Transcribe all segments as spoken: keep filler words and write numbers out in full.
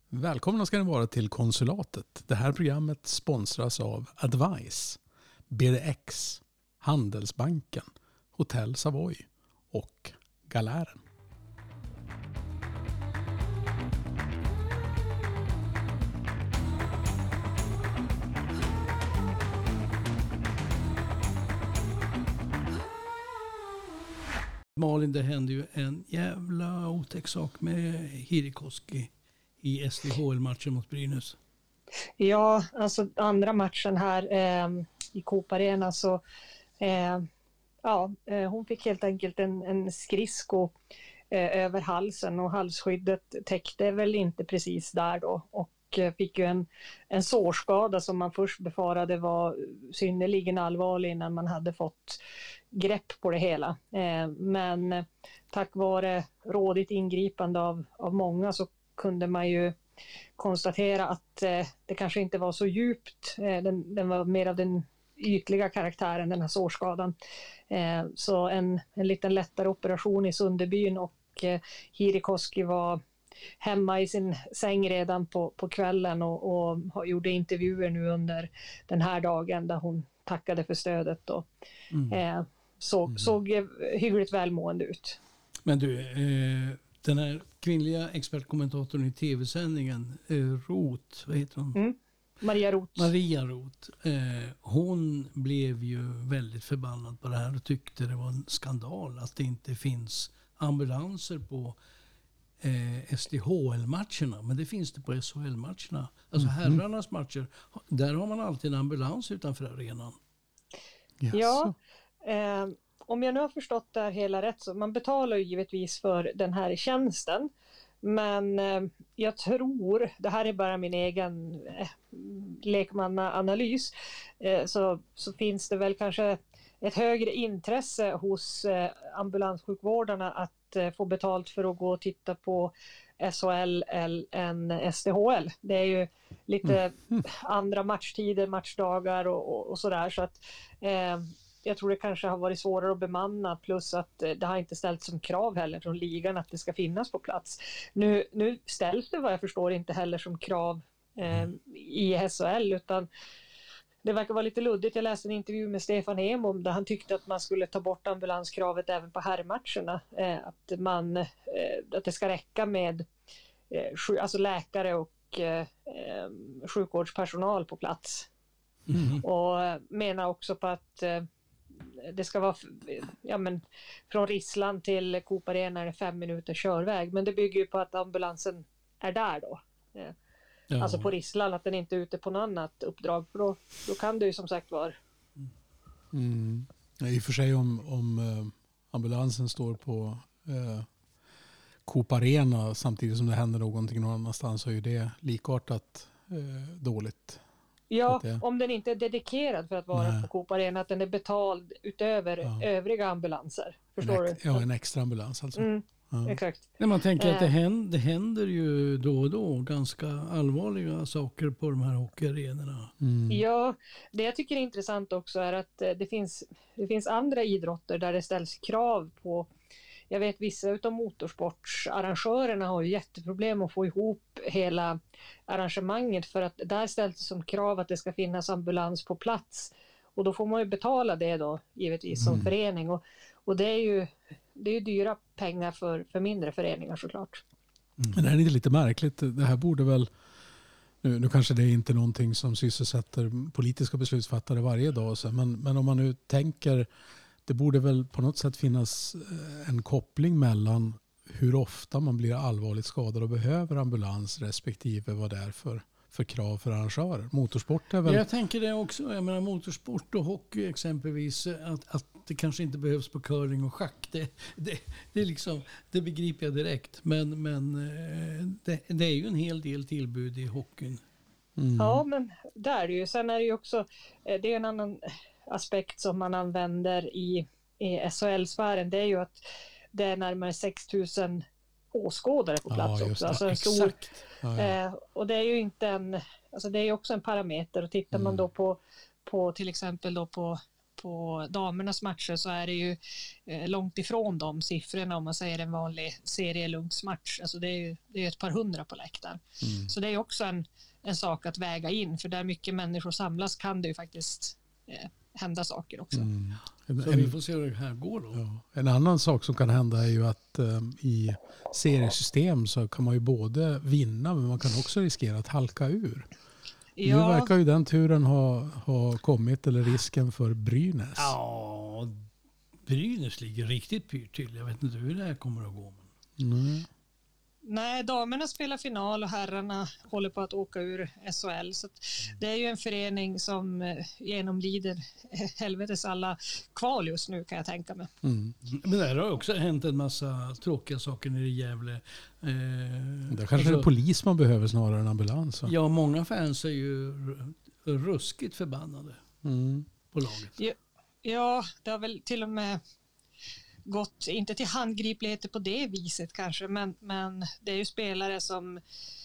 Välkomna ska ni vara till Konsulatet. Det här programmet sponsras av Advice, B D X, Handelsbanken, Hotell Savoy och Galären. Malin, det hände ju en jävla otäck sak med Hirikoski i S D H L-matchen mot Brynäs. Ja, alltså andra matchen här eh, i Coop Arena så eh, ja, eh, hon fick helt enkelt en, en skridsko eh, över halsen och halsskyddet täckte väl inte precis där då och eh, fick ju en, en sårskada som man först befarade var synnerligen allvarlig innan man hade fått grepp på det hela. Eh, men eh, tack vare rådigt ingripande av, av många så kunde man ju konstatera att eh, det kanske inte var så djupt. Eh, den, den var mer av den ytliga karaktären, den här sårskadan. Eh, så en, en liten lättare operation i Sunderbyn och eh, Hirikoski var hemma i sin säng redan på, på kvällen och, och gjorde intervjuer nu under den här dagen där hon tackade för stödet och mm. eh, såg, mm. såg hyggligt välmående ut. Men du, eh, den här kvinnliga expertkommentatorn i tv-sändningen, eh, Roth, vad heter hon? Mm. Maria Roth. Maria Roth. Eh, hon blev ju väldigt förbannad på det här och tyckte det var en skandal att det inte finns ambulanser på eh, S D H L-matcherna. Men det finns det på S H L-matcherna. Alltså mm. herrarnas matcher, där har man alltid en ambulans utanför arenan. Yes. Ja, eh, om jag nu har förstått det här hela rätt så man betalar ju givetvis för den här tjänsten. Men eh, jag tror, det här är bara min egen eh, lekmannaanalys, eh, så, så finns det väl kanske ett högre intresse hos eh, ambulanssjukvårdarna att eh, få betalt för att gå och titta på S H L än S D H L. Det är ju lite mm. andra matchtider, matchdagar och, och, och sådär så att eh, jag tror det kanske har varit svårare att bemanna plus att det har inte ställts som krav heller från ligan att det ska finnas på plats. Nu, nu ställs det vad jag förstår inte heller som krav eh, i S H L utan det verkar vara lite luddigt. Jag läste en intervju med Stefan Emom där han tyckte att man skulle ta bort ambulanskravet även på herrmatcherna. Eh, att, man, eh, att det ska räcka med eh, sju, alltså läkare och eh, sjukvårdspersonal på plats. Mm. Och menar också på att eh, det ska vara ja, men, från Rissland till Coop Arena är det fem minuter körväg. Men det bygger ju på att ambulansen är där då. Eh, ja. Alltså på Rissland, att den inte är ute på något annat uppdrag. För då, då kan det ju som sagt vara. Mm. Ja, i och för sig om, om eh, ambulansen står på eh, Coop Arena samtidigt som det händer någonting någon annanstans så är ju det likartat eh, dåligt. Ja, det... om den inte är dedikerad för att vara Nej. på Coop Arena, att den är betald utöver ja. övriga ambulanser. Förstår en ex- du? Ja, en extra ambulans alltså. Mm, ja. Exakt. När man tänker att det händer, det händer ju då och då ganska allvarliga saker på de här hockeyarenorna. Mm. Ja, det jag tycker är intressant också är att det finns, det finns andra idrotter där det ställs krav på. Jag vet vissa utav motorsportsarrangörerna har ju jätteproblem att få ihop hela arrangemanget för att där ställs det som krav att det ska finnas ambulans på plats. Och då får man ju betala det då givetvis som mm. förening. Och, och det är ju det är ju dyra pengar för, för mindre föreningar såklart. Mm. Men det här är inte lite märkligt. Det här borde väl, nu, nu kanske det är inte någonting som sysselsätter politiska beslutsfattare varje dag. Så, men, men om man nu tänker... Det borde väl på något sätt finnas en koppling mellan hur ofta man blir allvarligt skadad och behöver ambulans respektive vad det är för, för krav för arrangörer. Motorsport är väl... Jag tänker det också. Jag menar motorsport och hockey exempelvis. Att, att det kanske inte behövs på curling och schack. Det, det, det, är liksom, det begriper jag direkt. Men, men det, det är ju en hel del tillbud i hockeyn. Mm. Ja, men där är det ju. Sen är det ju också... Det är en annan... aspekt som man använder i, i S H L-sfären, det är ju att det är närmare sex tusen åskådare på plats ja, också. Alltså en stor, ja, ja. Eh, och det är ju inte en, alltså det är ju också en parameter och tittar mm. man då på, på till exempel då på på damernas matcher så är det ju eh, långt ifrån de siffrorna om man säger en vanlig serielunksmatch. Alltså det är ju det är ett par hundra på läktaren. Mm. Så det är också en, en sak att väga in, för där mycket människor samlas kan det ju faktiskt eh, hända saker också. Mm. En, så vi får se hur det här går då. Ja. En annan sak som kan hända är ju att um, i seriesystem så kan man ju både vinna, men man kan också riskera att halka ur. Ja. Nu verkar ju den turen ha, ha kommit, eller risken för Brynäs. Ja, Brynäs ligger riktigt pyrt till. Jag vet inte hur det här kommer att gå. Men... Mm. Nej, damerna spelar final och herrarna håller på att åka ur S H L. Så det är ju en förening som genomlider helvetes alla kval just nu, kan jag tänka mig. Mm. Men det har också hänt en massa tråkiga saker nere i Gävle. Eh, det kanske alltså, är polis man behöver snarare än ambulans. Så. Ja, många fans är ju ruskigt förbannade mm. på laget. Ja, ja, det har väl till och med gått, inte till handgripligheter på det viset kanske, men, men det är ju spelare som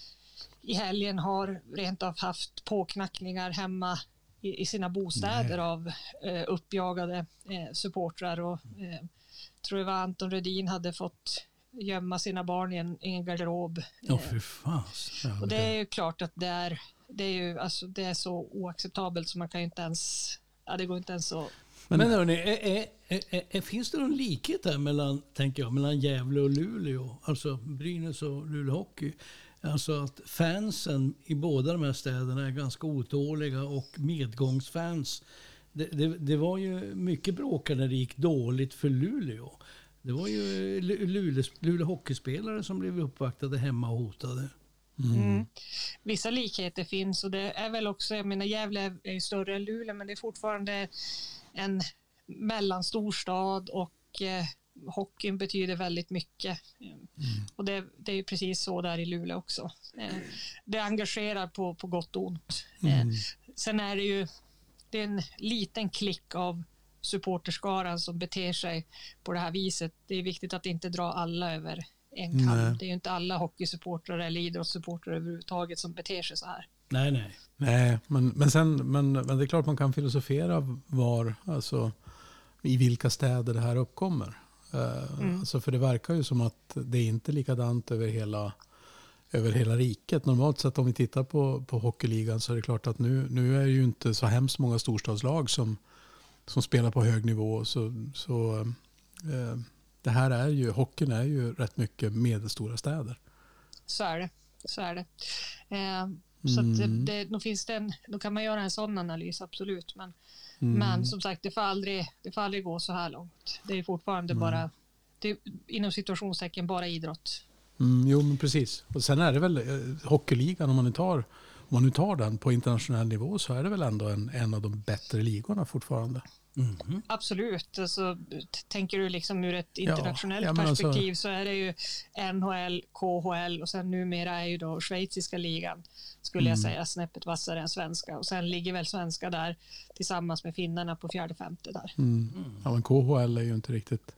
i helgen har rent av haft påknackningar hemma i, i sina bostäder Nej. av eh, uppjagade eh, supportrar, och eh, tror det var Anton Rödin hade fått gömma sina barn i en, i en garderob. Ja, för fan. Ja, och det är ju klart att det är, det är ju, alltså, det är så oacceptabelt så man kan ju inte ens, ja, det går inte ens att. Men, Men hörni, är, är, är, är, finns det någon likhet där mellan, tänker jag, mellan Gävle och Luleå? Alltså Brynäs och Luleå Hockey. Alltså att fansen i båda de här städerna är ganska otåliga och medgångsfans. Det, det, det var ju mycket bråkar när det gick dåligt för Luleå. Det var ju Luleå, Luleå hockeyspelare som blev uppvaktade hemma och hotade. Mm. Mm. Vissa likheter finns, och det är väl också, jag menar Gävle är ju större än Luleå, men det är fortfarande en mellanstor stad, och eh, hockeyn betyder väldigt mycket. Mm. Och det, det är ju precis så där i Luleå också. Eh, det engagerar på, på gott och ont. Mm. Eh, sen är det ju det är en liten klick av supporterskaran som beter sig på det här viset. Det är viktigt att inte dra alla över en kam. Nej. Det är ju inte alla hockeysupportrar eller idrottssupportrar överhuvudtaget som beter sig så här. Nej, nej. Nej, men, men, sen, men, men det är klart man kan filosofera var, alltså i vilka städer det här uppkommer. Uh, mm. alltså för det verkar ju som att det är inte likadant över hela, över hela riket. Normalt sett om vi tittar på, på hockeyligan så är det klart att nu, nu är det ju inte så hemskt många storstadslag som, som spelar på hög nivå. Så, så uh, det här är ju, hockeyn är ju rätt mycket medelstora städer. Så är det. Så är det. Eh, så mm. att det, det, då, finns det en, då kan man göra en sån analys, absolut. Men, mm. men som sagt, det får, aldrig, det får aldrig gå så här långt. Det är fortfarande mm. bara, det är, inom situationstecken, bara idrott. Mm, jo, men precis. Och sen är det väl eh, hockeyligan, om man nu tar, om man nu tar den på internationell nivå, så är det väl ändå en, en av de bättre ligorna fortfarande. Mm. Absolut. Alltså, tänker du liksom ur ett internationellt ja, perspektiv alltså, så är det ju N H L, K H L och sen numera är ju då schweiziska ligan, skulle mm. jag säga, snäppet vassare än svenska, och sen ligger väl svenska där tillsammans med finnarna på fjärde femte där. Mm. Mm. Ja, men K H L är ju inte riktigt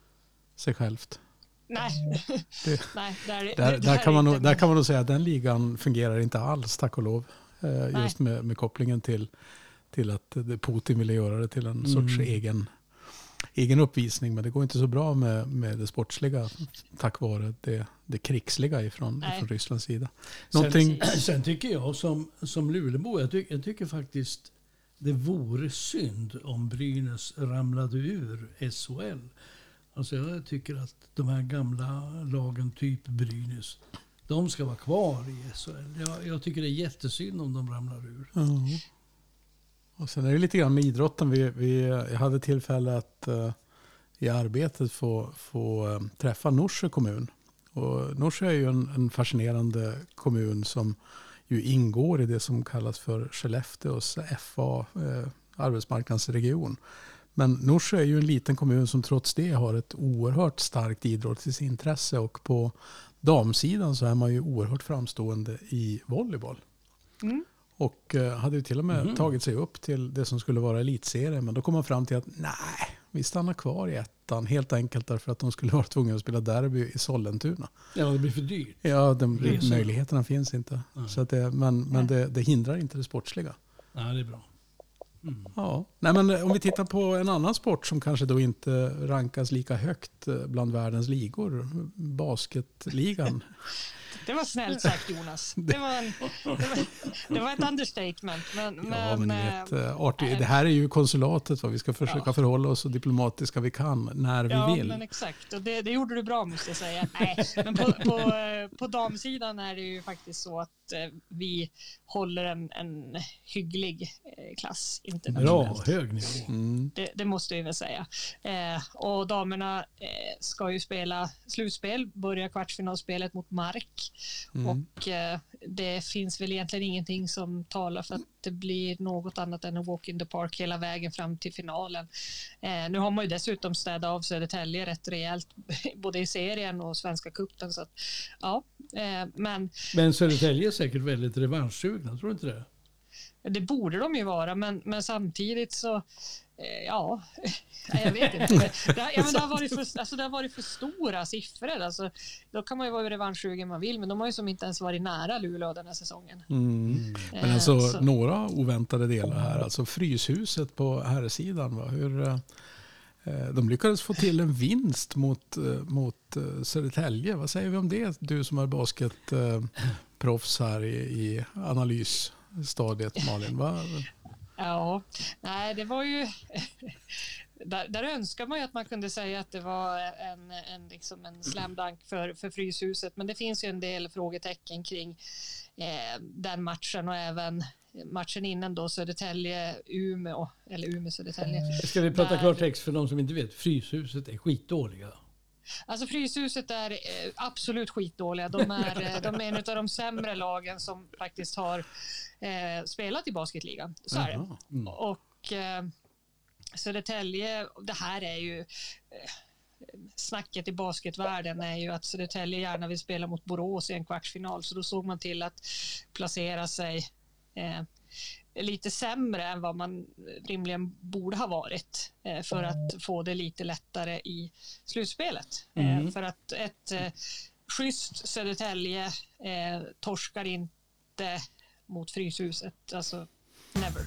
sig självt. Nej, det, Nej där, där, där, där, kan man nog, där kan man nog säga att den ligan fungerar inte alls, tack och lov, eh, just med, med kopplingen till till att Putin ville göra det till en mm. sorts egen, egen uppvisning. Men det går inte så bra med, med det sportsliga tack vare det, det krigsliga ifrån, ifrån Rysslands sida. Någonting... Sen, sen tycker jag som, som Lulebo, jag, ty, jag tycker faktiskt det vore synd om Brynäs ramlade ur S H L. Alltså jag tycker att de här gamla lagen typ Brynäs, de ska vara kvar i S H L. Jag, jag tycker det är jättesynd om de ramlar ur. Mm. Och sen är det lite grann med idrotten. Vi, vi, jag hade tillfälle att uh, i arbetet få, få uh, träffa Norsjö kommun. Och Norsjö är ju en, en fascinerande kommun som ju ingår i det som kallas för Skellefteås F A, uh, arbetsmarknadsregion. Men Norsjö är ju en liten kommun som trots det har ett oerhört starkt idrottsintresse, och på damsidan så är man ju oerhört framstående i volleyboll. Mm. Och hade ju till och med mm. tagit sig upp till det som skulle vara elitserien. Men då kom man fram till att nej, vi stannar kvar i ettan. Helt enkelt därför att de skulle vara tvungna att spela derby i Sollentuna. Ja, det blir för dyrt. Ja, de möjligheterna finns inte. Mm. Så att det, men men det, det hindrar inte det sportsliga. Ja, det är bra. Mm. Ja. Nej, men om vi tittar på en annan sport som kanske då inte rankas lika högt bland världens ligor, basketligan. Det var snällt sagt, Jonas. Det var, en, det var, det var ett understatement. Men, ja, men, men vet, artig, det här är ju konsulatet. Vad vi ska försöka ja. förhålla oss så diplomatiska vi kan när vi ja, vill. Ja, men exakt. Och det, det gjorde du bra, måste jag säga. Nej, men på, på, på damsidan är det ju faktiskt så att vi håller en, en hygglig klass internationellt. Bra, hög nivå. Mm. Det, det måste vi väl säga. Eh, och damerna eh, ska ju spela slutspel, börja kvartsfinalspelet mot Mark. Mm. Och eh, det finns väl egentligen ingenting som talar för att det blir något annat än en walk in the park hela vägen fram till finalen. Eh, nu har man ju dessutom städat av Södertälje rätt rejält, både i serien och Svenska cupen. Så att, ja, eh, men... Men Södertälje är säkert väldigt revanschsugna, tror du inte det? Det borde de ju vara, men, men samtidigt så, eh, ja, jag vet inte. Det, det, ja, men det, har varit för, alltså det har varit för stora siffror. Alltså, då kan man ju vara revanschsugen man vill, men de har ju som inte ens varit nära Luleå den här säsongen. Mm. Men alltså eh, några oväntade delar här. Alltså Fryshuset på här sidan, va? Hur... Eh, de lyckades få till en vinst mot, mot Södertälje. Vad säger vi om det? Du som är basketproffs här i, i analysstadiet, Malin. Va? Ja, nej, det var ju... Där, där önskar man ju att man kunde säga att det var en, en, liksom en slam dunk för, för Fryshuset. Men det finns ju en del frågetecken kring eh, den matchen och även matchen innan då Södertälje-Umeå, eller Umeå-Södertälje. Ska vi prata klartext för de som inte vet? Fryshuset är skitdåliga. Alltså Fryshuset är eh, absolut skitdåliga. De är, de är en av de sämre lagen som faktiskt har eh, spelat i basketligan. Så är det. Mm. Och eh, Södertälje, det här är ju... Eh, snacket i basketvärlden är ju att Södertälje gärna vill spela mot Borås i en kvartsfinal. Så då såg man till att placera sig eh, lite sämre än vad man rimligen borde ha varit eh, för att få det lite lättare i slutspelet. Mm. Eh, för att ett eh, schysst Södertälje eh, torskar inte mot Fryshuset. Alltså, never.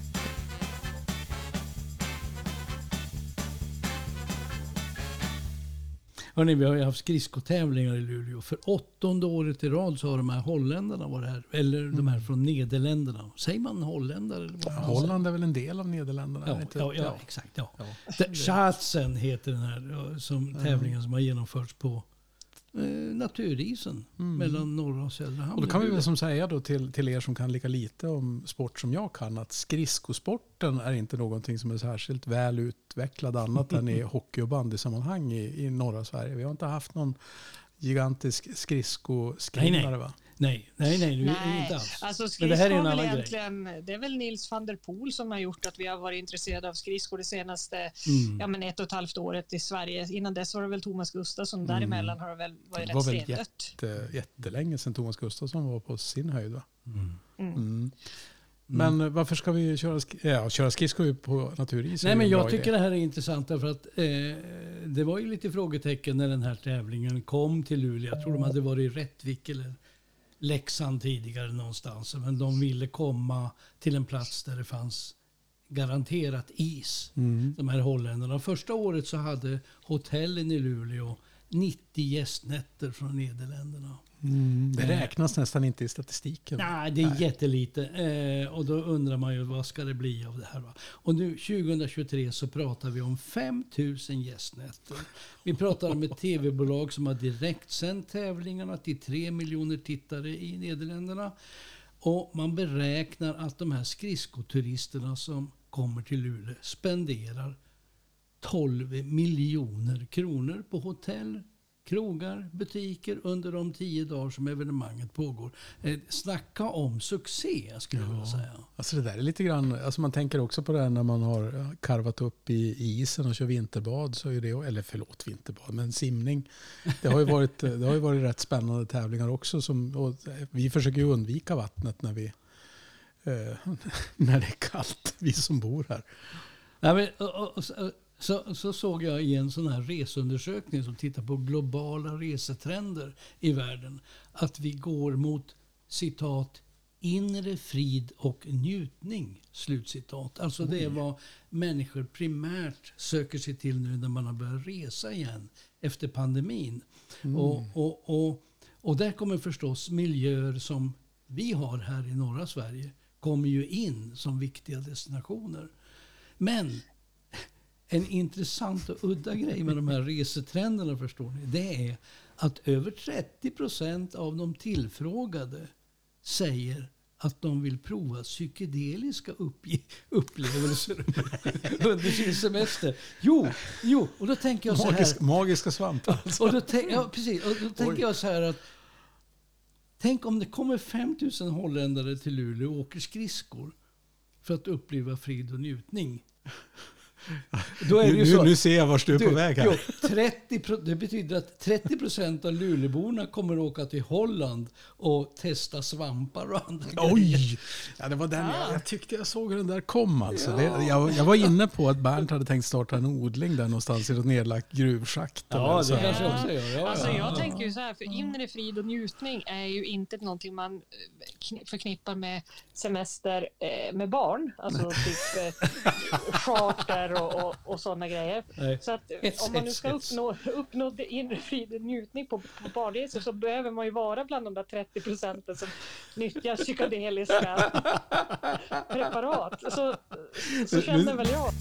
Hörrni, vi har ju haft skridskotävlingar i Luleå. För åttonde året i rad så har de här holländarna varit här. Eller mm. de här från Nederländerna. Säger man holländare? Eller vad? Ja, Holland är väl en del av Nederländerna? Ja, ja, ja, ja, exakt. Ja. Ja. Schaatsen heter den här som tävlingen mm. som har genomförts på eh, naturisen mm. mellan norra och södra hamn. Och då kan vi väl som säga då till, till er som kan lika lite om sport som jag kan, att skridskosporten är inte någonting som är särskilt väl utvecklad annat än i hockey- och bandysammanhang i, i norra Sverige. Vi har inte haft någon gigantisk skridskoskrinnare, va? Nej, nej, nej, nej. nej inte alls. Alltså skridskor det här är en annan egentligen, grej. Det är väl Nils van der Poel som har gjort att vi har varit intresserade av skridskor det senaste mm. ja, men ett och ett halvt året i Sverige. Innan dess var det väl Thomas Gustafsson. Mm. Däremellan har det väl varit det rätt stendött. Det var väl jätte, jättelänge sedan Thomas Gustafsson var på sin höjd, va? Mm. Mm. Mm. Men mm. varför ska vi köra, ja, köra skridskor på naturis? Nej, men jag tycker idé. Det här är intressant därför att eh, det var ju lite frågetecken när den här tävlingen kom till Luleå. Jag tror de hade varit i Rättvik eller Leksand tidigare någonstans. Men de ville komma till en plats där det fanns garanterat is. Mm. De här holländarna. Första året så hade hotellen i Luleå nittio gästnätter från Nederländerna. Mm, det räknas nästan inte i statistiken. Nej, det är Nej. jättelite. Eh, och då undrar man ju vad ska det bli av det här, va? Och nu tjugohundratjugotre så pratar vi om fem tusen gästnätter. Vi pratar om ett tv-bolag som har direkt sänt tävlingarna till tre miljoner tittare i Nederländerna. Och man beräknar att de här skridskoturisterna som kommer till Luleå spenderar tolv miljoner kronor på hotell, krogar, butiker under de tio dagar som evenemanget pågår. Eh, snacka om succé, skulle jag vilja säga. Alltså det där är lite grann, alltså man tänker också på det här när man har karvat upp i isen och kör vinterbad, så är det, eller förlåt vinterbad, men simning. Det har ju varit, det har ju varit rätt spännande tävlingar också. Som, och vi försöker ju undvika vattnet när vi eh, när det är kallt, vi som bor här. Ja, men, och, och, och, Så, så såg jag i en sån här resundersökning som tittar på globala resetrender i världen att vi går mot, citat, inre frid och njutning. Slutcitat. Alltså det är vad människor primärt söker sig till nu när man har börjat resa igen efter pandemin. Mm. Och, och, och, och där kommer förstås miljöer som vi har här i norra Sverige kommer ju in som viktiga destinationer. Men en intressant och udda grej med de här resetrenderna, förstår ni, det är att över trettio procent av de tillfrågade säger att de vill prova psykedeliska uppge- upplevelser under sin semester. Jo, jo, och då tänker jag så här. Magisk, magiska svampar. Och då, tänk, ja, precis, och då tänker jag så här att tänk om det kommer fem tusen holländare till Luleå och åker skridskor för att uppleva frid och njutning. Då är det ju nu, så, nu ser jag vart du är du, på väg här. Jo, trettio, det betyder att trettio procent av Luleåborna kommer att åka till Holland och testa svampar och andra Oj! grejer. Ja, det var den Ah. jag, jag tyckte jag såg hur den där kom. Alltså. Ja. Det, jag, jag var inne på att Bernt hade tänkt starta en odling där någonstans i ett nedlagt gruvschakt. Ja, eller det så. kanske jag också gör. Ja, Alltså ja, jag ja. tänker ju så här, för inre frid och njutning är ju inte någonting man kn- förknippar med semester eh, med barn. Alltså typ eh, charter och, och, och sådana grejer. Nej. Så att Hets, om man nu hets, ska hets. uppnå, uppnå det inre frid och njutning på, på barnresor så behöver man ju vara bland de där trettio procenten som nyttjar psykedeliska preparat. Så, så känner väl jag.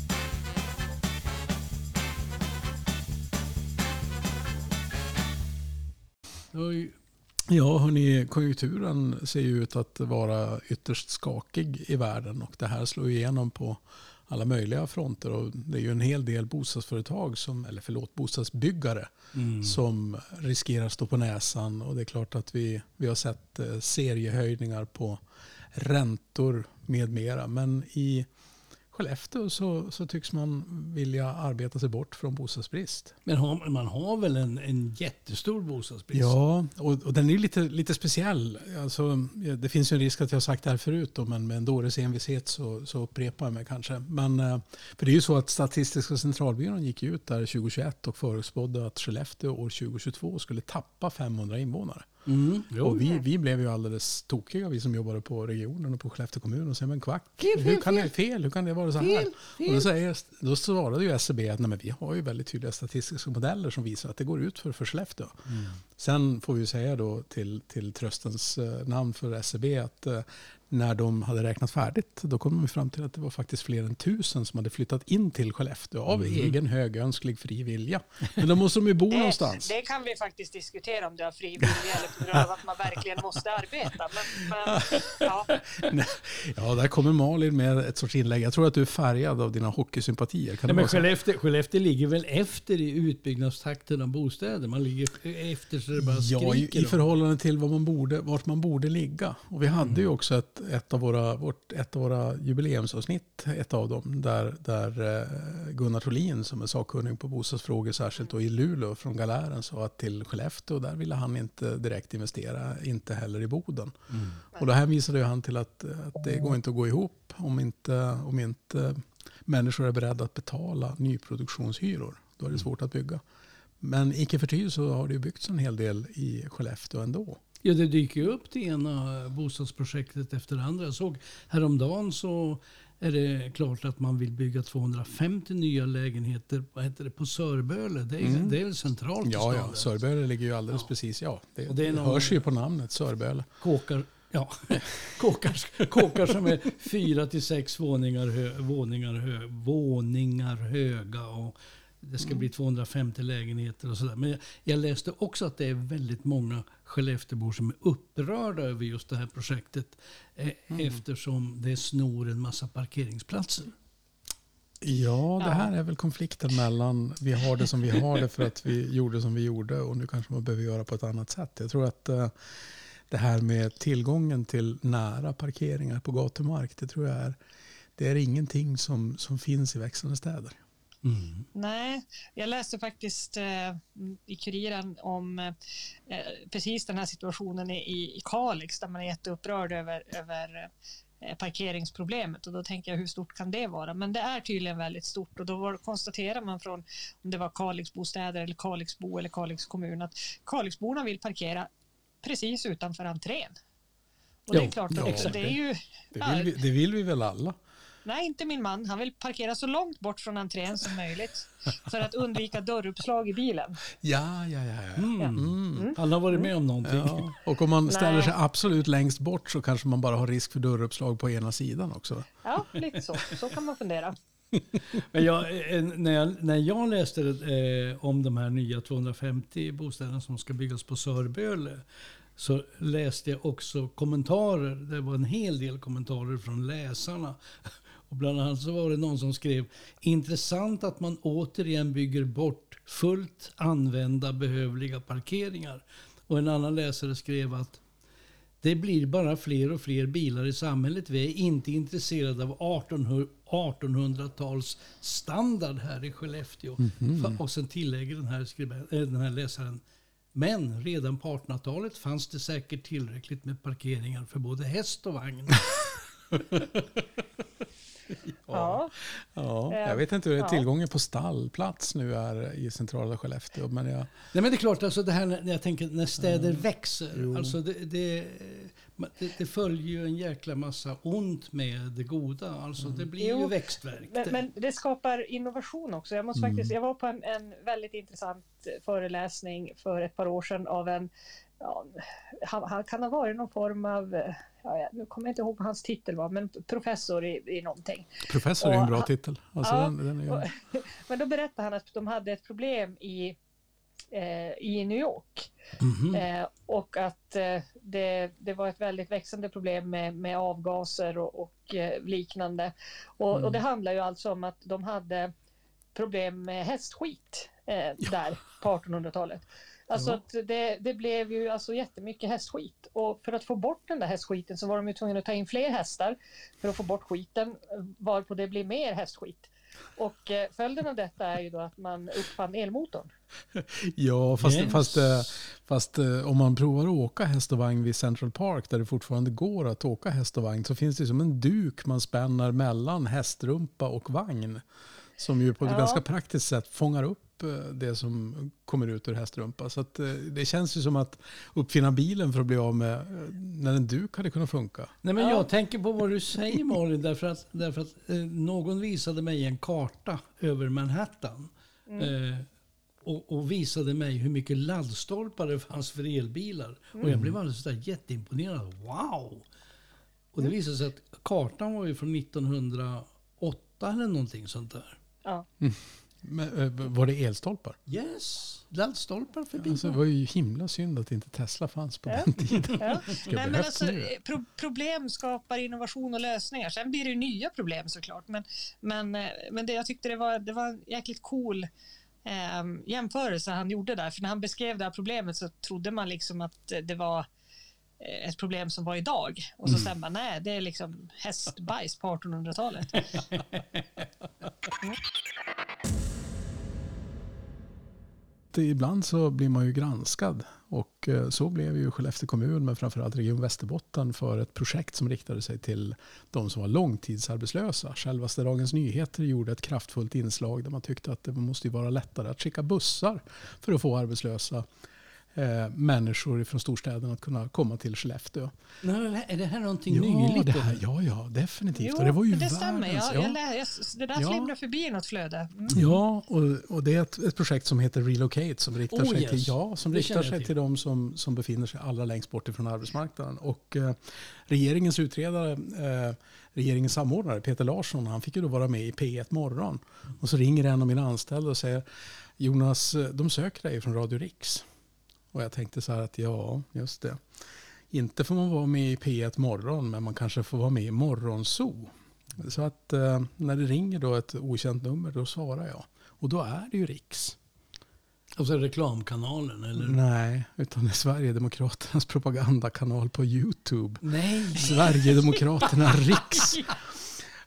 Oj. Ja, hörni, konjunkturen ser ju ut att vara ytterst skakig i världen och det här slår igenom på alla möjliga fronter och det är ju en hel del bostadsföretag, som, eller förlåt, bostadsbyggare mm. som riskerar att stå på näsan och det är klart att vi, vi har sett eh, seriehöjningar på räntor med mera, men i Skellefteå så, så tycks man vilja arbeta sig bort från bostadsbrist. Men har, man har väl en, en jättestor bostadsbrist? Ja, och, och den är lite, lite speciell. Alltså, det finns ju en risk att jag har sagt det här förut, då, men med en dåres envishet så, så upprepar jag mig kanske. Men, för det är ju så att Statistiska centralbyrån gick ut där tjugohundratjugoett och förutspådde att Skellefteå år tjugohundratjugotvå skulle tappa femhundra invånare. Mm, och vi, vi blev ju alldeles tokiga, vi som jobbade på regionen och på Skellefteå kommun och säger, men kvack, fel, hur fel, kan fel. det fel? Hur kan det vara så här? Fel, fel. Och då, säger, då svarade ju S C B att nej, men vi har ju väldigt tydliga statistiska modeller som visar att det går ut för, för Skellefteå. Mm. Sen får vi säga då till, till tröstens eh, namn för S C B att eh, när de hade räknat färdigt då kom de fram till att det var faktiskt fler än tusen som hade flyttat in till Skellefteå av mm. egen högönsklig fri vilja. Men då måste de ju bo det, någonstans. Det kan vi faktiskt diskutera om det har fri vilja eller på grund av att man verkligen måste arbeta. Men, men, ja. ja, där kommer Malin med ett sorts inlägg. Jag tror att du är färgad av dina hockeysympatier. Kan Nej, det men Skellefteå, Skellefteå ligger väl efter i utbyggnadstakten av bostäder. Man ligger efter så det bara skriker. Ja, i, i förhållande till vad man borde, vart man borde ligga. Och vi hade mm. ju också ett, ett, av våra, vårt, ett av våra jubileumsavsnitt, ett av dem, där, där Gunnar Trolin som är sakkunnig på bostadsfrågor, särskilt då i Luleå från Galären, sa att till Skellefteå, där ville han inte direkt investera, inte heller i Boden. Mm. Och då hänvisade ju han till att, att det går inte att gå ihop om inte, om inte människor är beredda att betala nyproduktionshyror. Då är det svårt att bygga. Men icke förty så har det ju byggts en hel del i Skellefteå ändå. Ja, det dyker ju upp det ena bostadsprojektet efter det andra. Jag såg häromdagen så är det klart att man vill bygga tvåhundrafemtio nya lägenheter vad heter det, på Sörböle. Det är, mm. det är väl centralt i ja, staden. Ja, Sörböle ligger ju alldeles ja. precis. Ja, det, och det, är det någon, hörs ju på namnet Sörböle. Kåkar, ja, kåkar, kåkar som är fyra till sex våningar, hö, våningar, hö, våningar höga och det ska bli tvåhundrafemtio lägenheter och sådär. Men jag, jag läste också att det är väldigt många Skellefteåbor som är upprörda över just det här projektet eh, mm. eftersom det snor en massa parkeringsplatser. Ja, det här är väl konflikten mellan vi har det som vi har det för att vi gjorde som vi gjorde och nu kanske man behöver göra på ett annat sätt. Jag tror att eh, det här med tillgången till nära parkeringar på gatumark, det tror jag är, det är ingenting som, som finns i växande städer. Mm. Nej, jag läste faktiskt eh, i Kuriren om eh, precis den här situationen i, i Kalix där man är jätteupprörd över, över eh, parkeringsproblemet och då tänker jag hur stort kan det vara? Men det är tydligen väldigt stort och då var, konstaterar man från om det var Kalixbostäder eller Kalixbo eller Kalix kommun att Kalixborna vill parkera precis utanför entrén. Och det är klart, ja, det, det är ju... Det vill, vi, det vill vi väl alla? Nej, inte min man. Han vill parkera så långt bort från entrén som möjligt för att undvika dörruppslag i bilen. Ja, ja, ja. ja. Mm. Mm. Han har varit med om någonting. Ja. Och om man ställer Nej. sig absolut längst bort så kanske man bara har risk för dörruppslag på ena sidan också. Ja, lite så. Så kan man fundera. Men jag, när, jag, när jag läste eh, om de här nya tvåhundrafemtio bostäderna som ska byggas på Sörböle, så läste jag också kommentarer. Det var en hel del kommentarer från läsarna. Och bland annat så var det någon som skrev: intressant att man återigen bygger bort fullt använda behövliga parkeringar. Och en annan läsare skrev att det blir bara fler och fler bilar i samhället. Vi är inte intresserade av artonhundratals standard här i Skellefteå. Mm-hmm. Och sen tillägger den här, skriben, den här läsaren: men redan på artonhundratalet fanns det säkert tillräckligt med parkeringar för både häst och vagn. Ja. Ja, jag vet inte hur det är tillgången på stallplats nu är i centrala Skellefteå. Men jag... Nej, men det är klart, alltså det här när jag tänker när städer mm. växer. Alltså det, det, det, det följer ju en jäkla massa ont med det goda. Alltså mm. det blir jo, ju växtverk. Men, men det skapar innovation också. Jag, måste mm. faktiskt, jag var på en, en väldigt intressant föreläsning för ett par år sedan av en, ja, han, han kan ha varit någon form av, ja, nu kommer jag inte ihåg vad hans titel var, men professor i, i någonting. Professor är en bra titel. Alltså ja, den, den är ju... Men då berättade han att de hade ett problem i, eh, i New York. Mm-hmm. Eh, och att eh, det, det var ett väldigt växande problem med, med avgaser och, och eh, liknande. Och, mm. och det handlar ju alltså om att de hade problem med hästskit eh, ja. där på artonhundratalet. Alltså ja. att det, det blev ju alltså jättemycket hästskit. Och för att få bort den där hästskiten så var de ju tvungna att ta in fler hästar för att få bort skiten, varpå det blir mer hästskit. Och eh, följden av detta är ju då att man uppfann elmotorn. Ja, fast, yes. fast, fast om man provar att åka häst och vagn vid Central Park där det fortfarande går att åka häst och vagn, så finns det som en duk man spänner mellan hästrumpa och vagn som ju på ett ja. ganska praktiskt sätt fångar upp det som kommer ut ur hästrumpa. Så att det känns ju som att uppfinna bilen för att bli av med när en duk hade kunnat funka. Nej, men jag ja. tänker på vad du säger, Malin, därför att, därför att eh, någon visade mig en karta över Manhattan mm. eh, och, och visade mig hur mycket laddstolpar det fanns för elbilar. Mm. Och jag blev alldeles där jätteimponerad. Wow! Och det visade sig att kartan var ju från nittonhundraåtta eller någonting sånt där. Ja. Mm. Men, var det elstolpar? Yes, laddstolpar för bilar. Alltså, det var ju himla synd att inte Tesla fanns på ja. den tiden. Ja. Nej, men alltså, pro- problem skapar innovation och lösningar. Sen blir det ju nya problem såklart. Men, men, men det, jag tyckte det var, det var en jäkligt cool eh, jämförelse han gjorde där. För när han beskrev det här problemet så trodde man liksom att det var ett problem som var idag. Och så mm. säger man, nej, det är liksom hästbajs på artonhundratalet. Mm. Ibland så blir man ju granskad och så blev ju Skellefteå kommun men framförallt Region Västerbotten för ett projekt som riktade sig till de som var långtidsarbetslösa. Självaste Dagens Nyheter gjorde ett kraftfullt inslag där man tyckte att det måste vara lättare att skicka bussar för att få arbetslösa Eh, människor från storstäderna att kunna komma till Skellefteå. Nej, är det här någonting ja, nyligt? Det här, ja, ja, definitivt. Jo, och det var ju det stämmer. Ja, ja. jag lä- jag, det där ja. flimrar förbi något flöde. Mm. Ja, och, och det är ett, ett projekt som heter Relocate som riktar oh, sig, yes. till, ja, som riktar sig till. till de som, som befinner sig allra längst bort ifrån arbetsmarknaden. Och eh, regeringens utredare, eh, regeringens samordnare Peter Larsson, han fick ju då vara med i P ett morgon. Och så ringer en av mina anställda och säger: Jonas, de söker dig från Radio Riks. Och jag tänkte så här att ja, just det. Inte får man vara med i P ett morgon, men man kanske får vara med i Morgonzoo. Så att eh, när det ringer då ett okänt nummer, då svarar jag. Och då är det ju Riks. Alltså reklamkanalen eller? Nej, utan det är Sverigedemokraternas propagandakanal på YouTube. Nej. Sverigedemokraterna Riks.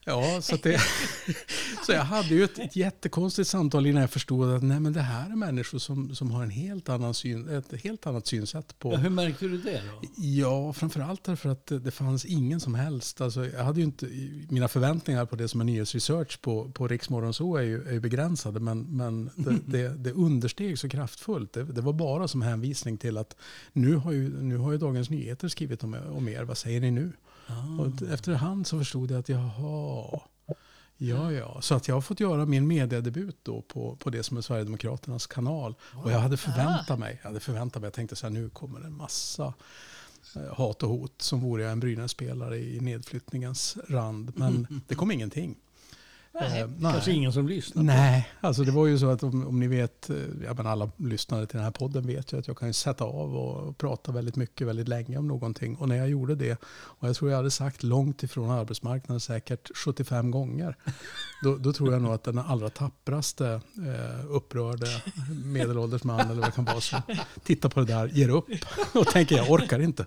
Ja, så, att det, så jag hade ju ett, ett jättekonstigt samtal innan jag förstod att nej, men det här är människor som, som har en helt annan syn, ett helt annat synsätt på... Ja, hur märkte du det då? Ja, framförallt därför att det, det fanns ingen som helst. Alltså, jag hade ju inte, mina förväntningar på det som är nyhetsresearch på, på Riksmorgonso är ju, är ju begränsade, men, men det, det, det understeg så kraftfullt. Det, det var bara som hänvisning till att nu har ju, nu har ju Dagens Nyheter skrivit om, om er, vad säger ni nu? Ah. Och efterhand så förstod jag att jaha, ja ja. Så att jag har fått göra min mediedebut då på, på det som är Sverigedemokraternas kanal. Och jag hade förväntat mig, jag hade förväntat mig, jag tänkte så här, nu kommer det en massa eh, hat och hot som vore jag en Brynäs-spelare i nedflyttningens rand. Men det kom ingenting. Nej, eh, nej. Kanske ingen som lyssnar. Nej, alltså det var ju så att om, om ni vet, ja, men alla lyssnare till den här podden vet ju att jag kan ju sätta av och, och prata väldigt mycket, väldigt länge om någonting. Och när jag gjorde det, och jag tror jag hade sagt långt ifrån arbetsmarknaden säkert sjuttiofem gånger, då, då tror jag nog att den allra tappraste eh, upprörde medelålders man eller vad det kan vara som tittar på det där, ger upp och tänker jag orkar inte.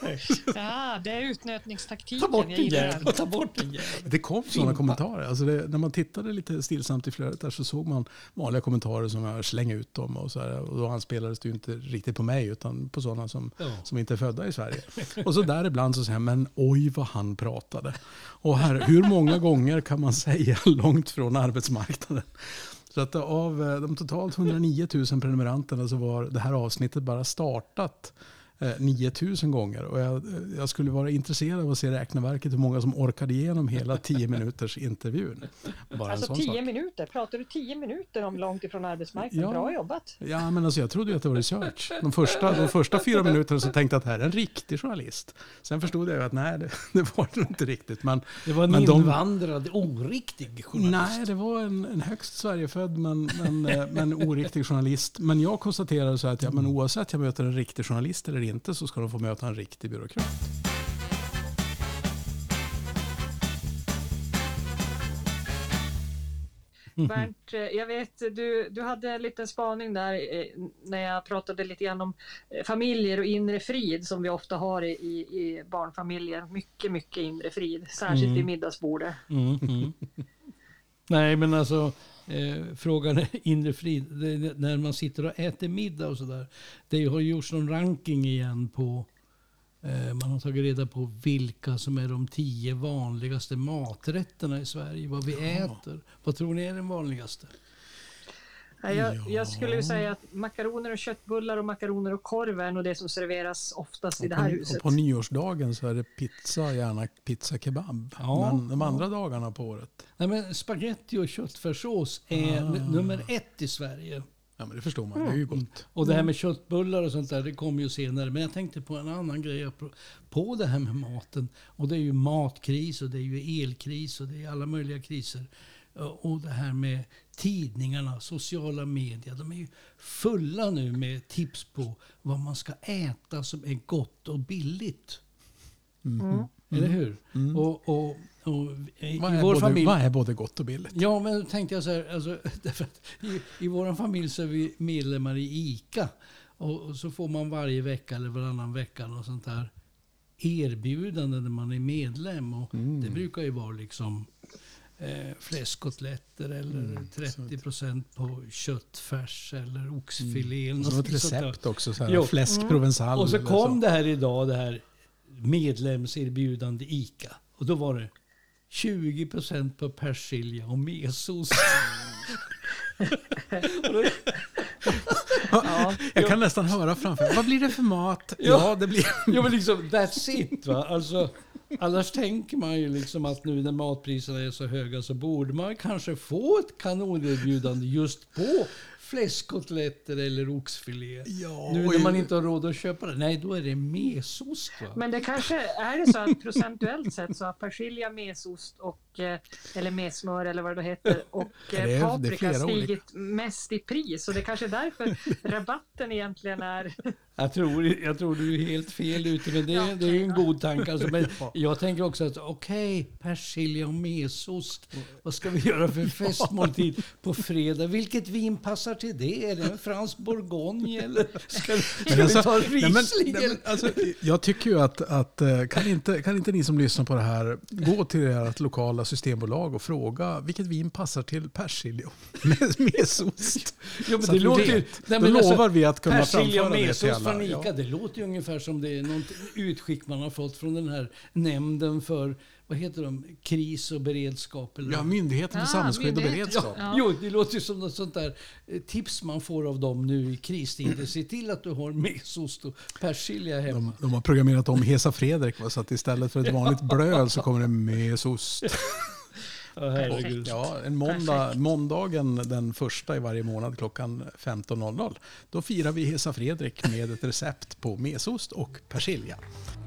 Ja, det är utnötningstaktiken. Ta bort den jäveln, ta bort den jäveln. Det kom sådana kommentarer. Alltså det, när man tittade lite stillsamt i flödet där så såg man vanliga kommentarer som jag slänger ut dem och så här, och då anspelades det ju inte riktigt på mig utan på sådana som, ja. som inte är födda i Sverige. Och så där ibland så säger jag, men oj vad han pratade. Och här, hur många gånger kan man säga långt från arbetsmarknaden? Så att av de totalt hundranio tusen prenumeranterna så var det här avsnittet bara startat nio tusen gånger. Och jag, jag skulle vara intresserad av att se räkneverket hur många som orkade igenom hela tio minuters intervjun. Bara alltså tio sak. minuter? Pratar du tio minuter om långt ifrån arbetsmarknaden? Ja. Bra jobbat. Ja, men alltså jag trodde ju att det var research. De första, de första fyra minuterna så tänkte jag att det här är en riktig journalist. Sen förstod jag att nej, det, det var det inte riktigt. Men, det var en men invandrad, de, oriktig journalist. Nej, det var en, en högst Sverigefödd men, men, men oriktig journalist. Men jag konstaterade så att ja, men oavsett jag möter en riktig journalist eller inte så ska de få möta en riktig byråkrat. Bernt, jag vet, du, du hade en liten spaning där när jag pratade lite grann om familjer och inre frid som vi ofta har i, i barnfamiljer. Mycket, mycket inre frid, särskilt mm. vid middagsbordet. Mm, mm. Nej, men alltså eh, frågan är inre frid. Det, när man sitter och äter middag och sådär. Det har gjorts någon ranking igen på eh, man har tagit reda på vilka som är de tio vanligaste maträtterna i Sverige. Vad vi ja. äter. Vad tror ni är den vanligaste? Ja, jag, jag skulle ju säga att makaroner och köttbullar och makaroner och korv är nog det som serveras oftast och i det här på, huset. Och på nyårsdagen så är det pizza, gärna pizza kebab. Ja, men de andra ja. dagarna på året. Nej, men spaghetti och köttfärssås är ah. nummer ett i Sverige. Ja, men det förstår man. Mm. Det är ju gott. Och det här med köttbullar och sånt där, det kommer ju senare. Men jag tänkte på en annan grej på det här med maten. Och det är ju matkris och det är ju elkris och det är alla möjliga kriser. Och det här med tidningarna, sociala medier, de är ju fulla nu med tips på vad man ska äta som är gott och billigt. Mm. Mm. Eller hur? Mm. Och, och, och i, vad, i är vår både, familj, vad är både gott och billigt? Ja, men tänkte jag så här, alltså, därför att i, i vår familj så är vi medlemmar i ICA. Och, och så får man varje vecka eller varannan vecka och sånt där erbjudande när man är medlem. Och mm. det brukar ju vara liksom Eh, fläskkotletter eller mm, trettio procent på köttfärs eller oxfilé. Mm. Och så ett recept också, så här, fläskprovensal. Mm. Och så kom så. det här idag, det här medlemserbjudande ICA. Och då var det tjugo procent på persilja och mesost. Ja, jag kan nästan höra framför. Vad blir det för mat? Ja, ja det blir... ja, men liksom, that's it, va? Alltså, annars tänker man ju liksom att nu när matpriserna är så höga så borde man kanske få ett kanonerbjudande just på fläskkotletter eller oxfilé. Ja, nu när man inte har råd att köpa det. Nej, då är det mesost, va? Men det kanske är det så att procentuellt sett så har persilja, mesost och eller mesmör eller vad det heter och det är, paprika det stigit olika. mest i pris. Och det är kanske därför rabatten egentligen är... Jag tror, jag tror du är helt fel ute, men det, ja, okay, det är ju en god tanke. Alltså, men jag tänker också att okej, okay, persilja och mesost. Vad ska vi göra för festmåltid på fredag? Vilket vin passar till det? Är det en fransk bourgogne eller ska, ska Men alltså, vi ta nej, men, Riesling? nej, men, alltså, jag tycker ju att, att kan, inte, kan inte ni som lyssnar på det här gå till ert lokala systembolag och fråga vilket vin passar till persilja med mesost? Ja, men det låter ju, nej, då lovar alltså, vi att kunna framföra det till alla. Från Ica, ja. Det låter ju ungefär som det är något utskick man har fått från den här nämnden för, vad heter de, kris och beredskap? Eller ja, Myndigheten för ah, samhällsskydd och beredskap. Ja, ja. Jo, det låter ju som något sånt där tips man får av dem nu i kristider. Se till att du har mesost och persilja hemma. De, de har programmerat om Hesa Fredrik, så att istället för ett vanligt bröd så kommer det mesost. Oh, ja, en måndag, måndagen den första i varje månad klockan femton noll noll. Då firar vi Hesa Fredrik med ett recept på mesost och persilja.